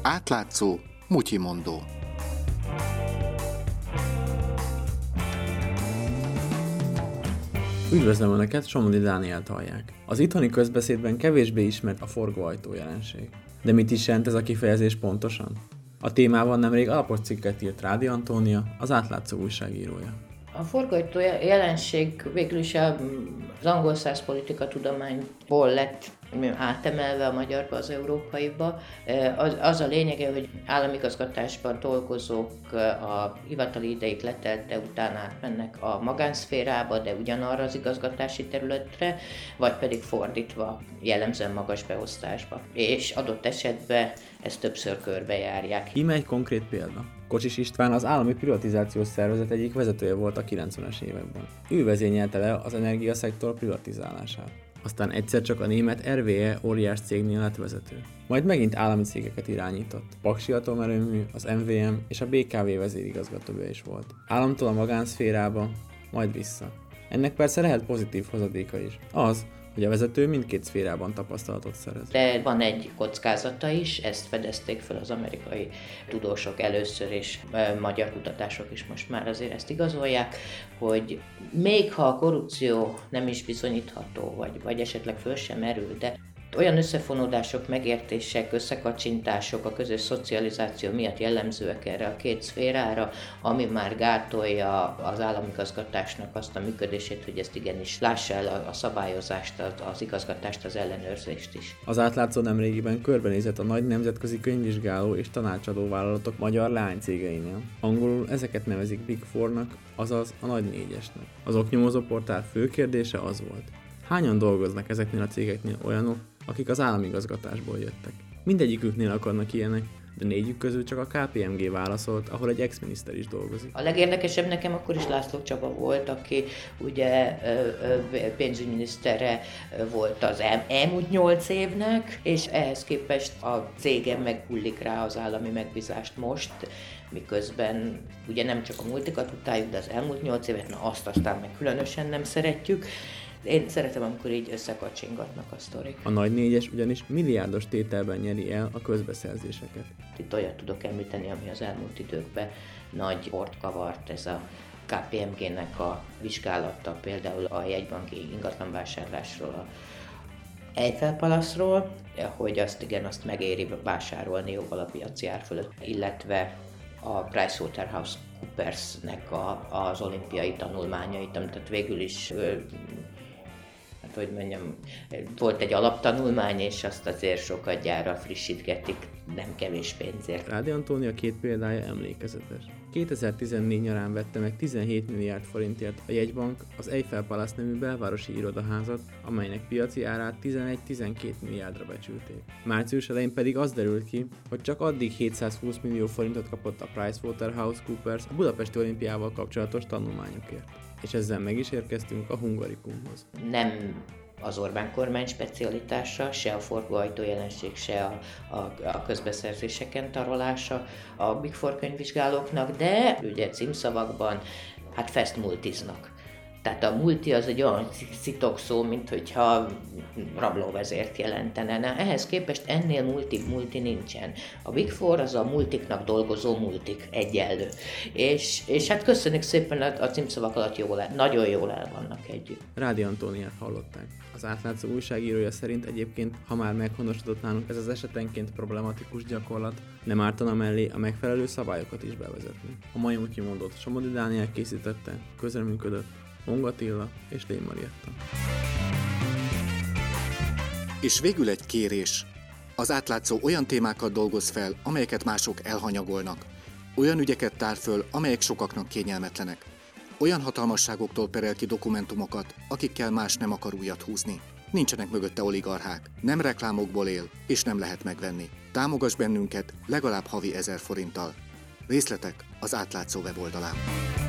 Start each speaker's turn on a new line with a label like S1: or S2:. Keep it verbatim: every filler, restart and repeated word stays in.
S1: Átlátszó, mutyimondó.
S2: Üdvözlöm Önöket, Somodi Dánielt hallják. Az itthoni közbeszédben kevésbé ismert a forgóajtó jelenség. De mit is jelent ez a kifejezés pontosan? A témában nemrég alapos cikket írt Rádi Antónia, az Átlátszó újságírója.
S3: A forgóajtó jelenség végül is az angol száz politika tudományból lett átemelve a magyarba, az európaiba. Az, az a lényege, hogy államigazgatásban dolgozók a hivatali ideig letelte után átmennek a magánszférába, de ugyanarra az igazgatási területre, vagy pedig fordítva, jellemzően magas beosztásba. És adott esetben ezt többször körbejárják.
S2: Íme egy konkrét példa. Kocsis István az állami privatizációs szervezet egyik vezetője volt a kilencvenes években. Ő vezényelte le az energiaszektor privatizálását. Aztán egyszer csak a német er vé e óriás cégnél lett vezető. Majd megint állami cégeket irányított. Paksi Atomerőmű, az em vé em és a bé ká vé vezérigazgatója is volt. Államtól a magánszférába, majd vissza. Ennek persze lehet pozitív hozadéka is. Az, hogy a vezető mindkét szférában tapasztalatot szerez.
S3: De van egy kockázata is, ezt fedezték fel az amerikai tudósok először, és magyar kutatások is most már azért ezt igazolják, hogy még ha a korrupció nem is bizonyítható, vagy, vagy esetleg föl sem merül, de olyan összefonódások, megértések, összekacsintások a közös szocializáció miatt jellemzőek erre a két szférára, ami már gátolja az államigazgatásnak azt a működését, hogy ezt igenis lássa el a szabályozást, az igazgatást, az ellenőrzést is.
S2: Az Átlátszó nemrégiben körbenézett a nagy nemzetközi könyvvizsgáló és tanácsadó vállalatok magyar leánycégeinél. Angolul ezeket nevezik Big Four-nak, azaz a nagy négyesnek. Az oknyomozó portál fő kérdése az volt: hányan dolgoznak ezeknél a cégeknél olyanok, akik az államigazgatásból jöttek? Mindegyiküknél akarnak ilyenek, de négyük közül csak a ká pé em gé válaszolt, ahol egy ex-miniszter is dolgozik.
S3: A legérdekesebb nekem akkor is László Csaba volt, aki ugye pénzügyminisztere volt az elmúlt nyolc évnek, és ehhez képest a cégen meghullik rá az állami megbízást most, miközben ugye nem csak a multikat utáljuk, de az elmúlt nyolc évet, na azt aztán meg különösen nem szeretjük. Én szeretem, amikor így összekacsingatnak a sztorik.
S2: A nagy négyes ugyanis milliárdos tételben nyeri el a közbeszerzéseket.
S3: Itt olyat tudok említeni, ami az elmúlt időkben nagy ort kavart, ez a ká pé em gének a vizsgálata, például a jegybanki ingatlanvásárlásról, a Eiffel Palace-ról, hogy azt igen, azt megéri vásárolni jóval a piaci ár fölött, illetve a PricewaterhouseCoopersnek a, az olimpiai tanulmányait, tehát végül is hát hogy mondjam, volt egy alaptanulmány, és azt azért sokat gyára frissítgetik, nem kevés pénzért.
S2: Rádi Antónia két példája emlékezetes. kétezer-tizennégy nyarán vette meg tizenhét milliárd forintért a jegybank az Eiffel Palace nevű belvárosi irodaházat, amelynek piaci árát tizenegy-tizenkét milliárdra becsülték. Március elején pedig az derült ki, hogy csak addig hétszázhúsz millió forintot kapott a PricewaterhouseCoopers a Budapesti Olimpiával kapcsolatos tanulmányokért. És ezzel meg is érkeztünk a Hungarikumhoz.
S3: Nem az Orbán kormány specialitása, se a forgóajtó jelenség, se a, a, a közbeszerzéseken tarolása a Big Four könyvvizsgálóknak, de ugye címszavakban hát fast multiznak. Tehát a multi az egy olyan szitokszó, mint hogyha rablóvezért jelentene. Na, ehhez képest ennél multi multi nincsen. A Big Four az a multiknak dolgozó multik egyenlő. És, és hát köszönjük szépen, a, a címszavak alatt jól el, nagyon jól el vannak együtt.
S2: Rádi Antóniát hallották. Az Átlátszó újságírója szerint egyébként, ha már meghonosodott nálunk ez az esetenként problematikus gyakorlat, nem ártana mellé a megfelelő szabályokat is bevezetni. A mai mutyimondót Somodi Dániel készítette, közreműködött Mong Attila és Lén Marietta.
S1: És végül egy kérés. Az Átlátszó olyan témákat dolgoz fel, amelyeket mások elhanyagolnak. Olyan ügyeket tár föl, amelyek sokaknak kényelmetlenek. Olyan hatalmasságoktól perel ki dokumentumokat, akikkel más nem akar újat húzni. Nincsenek mögötte oligarchák, nem reklámokból él, és nem lehet megvenni. Támogass bennünket legalább havi ezer forinttal. Részletek az Átlátszó weboldalán.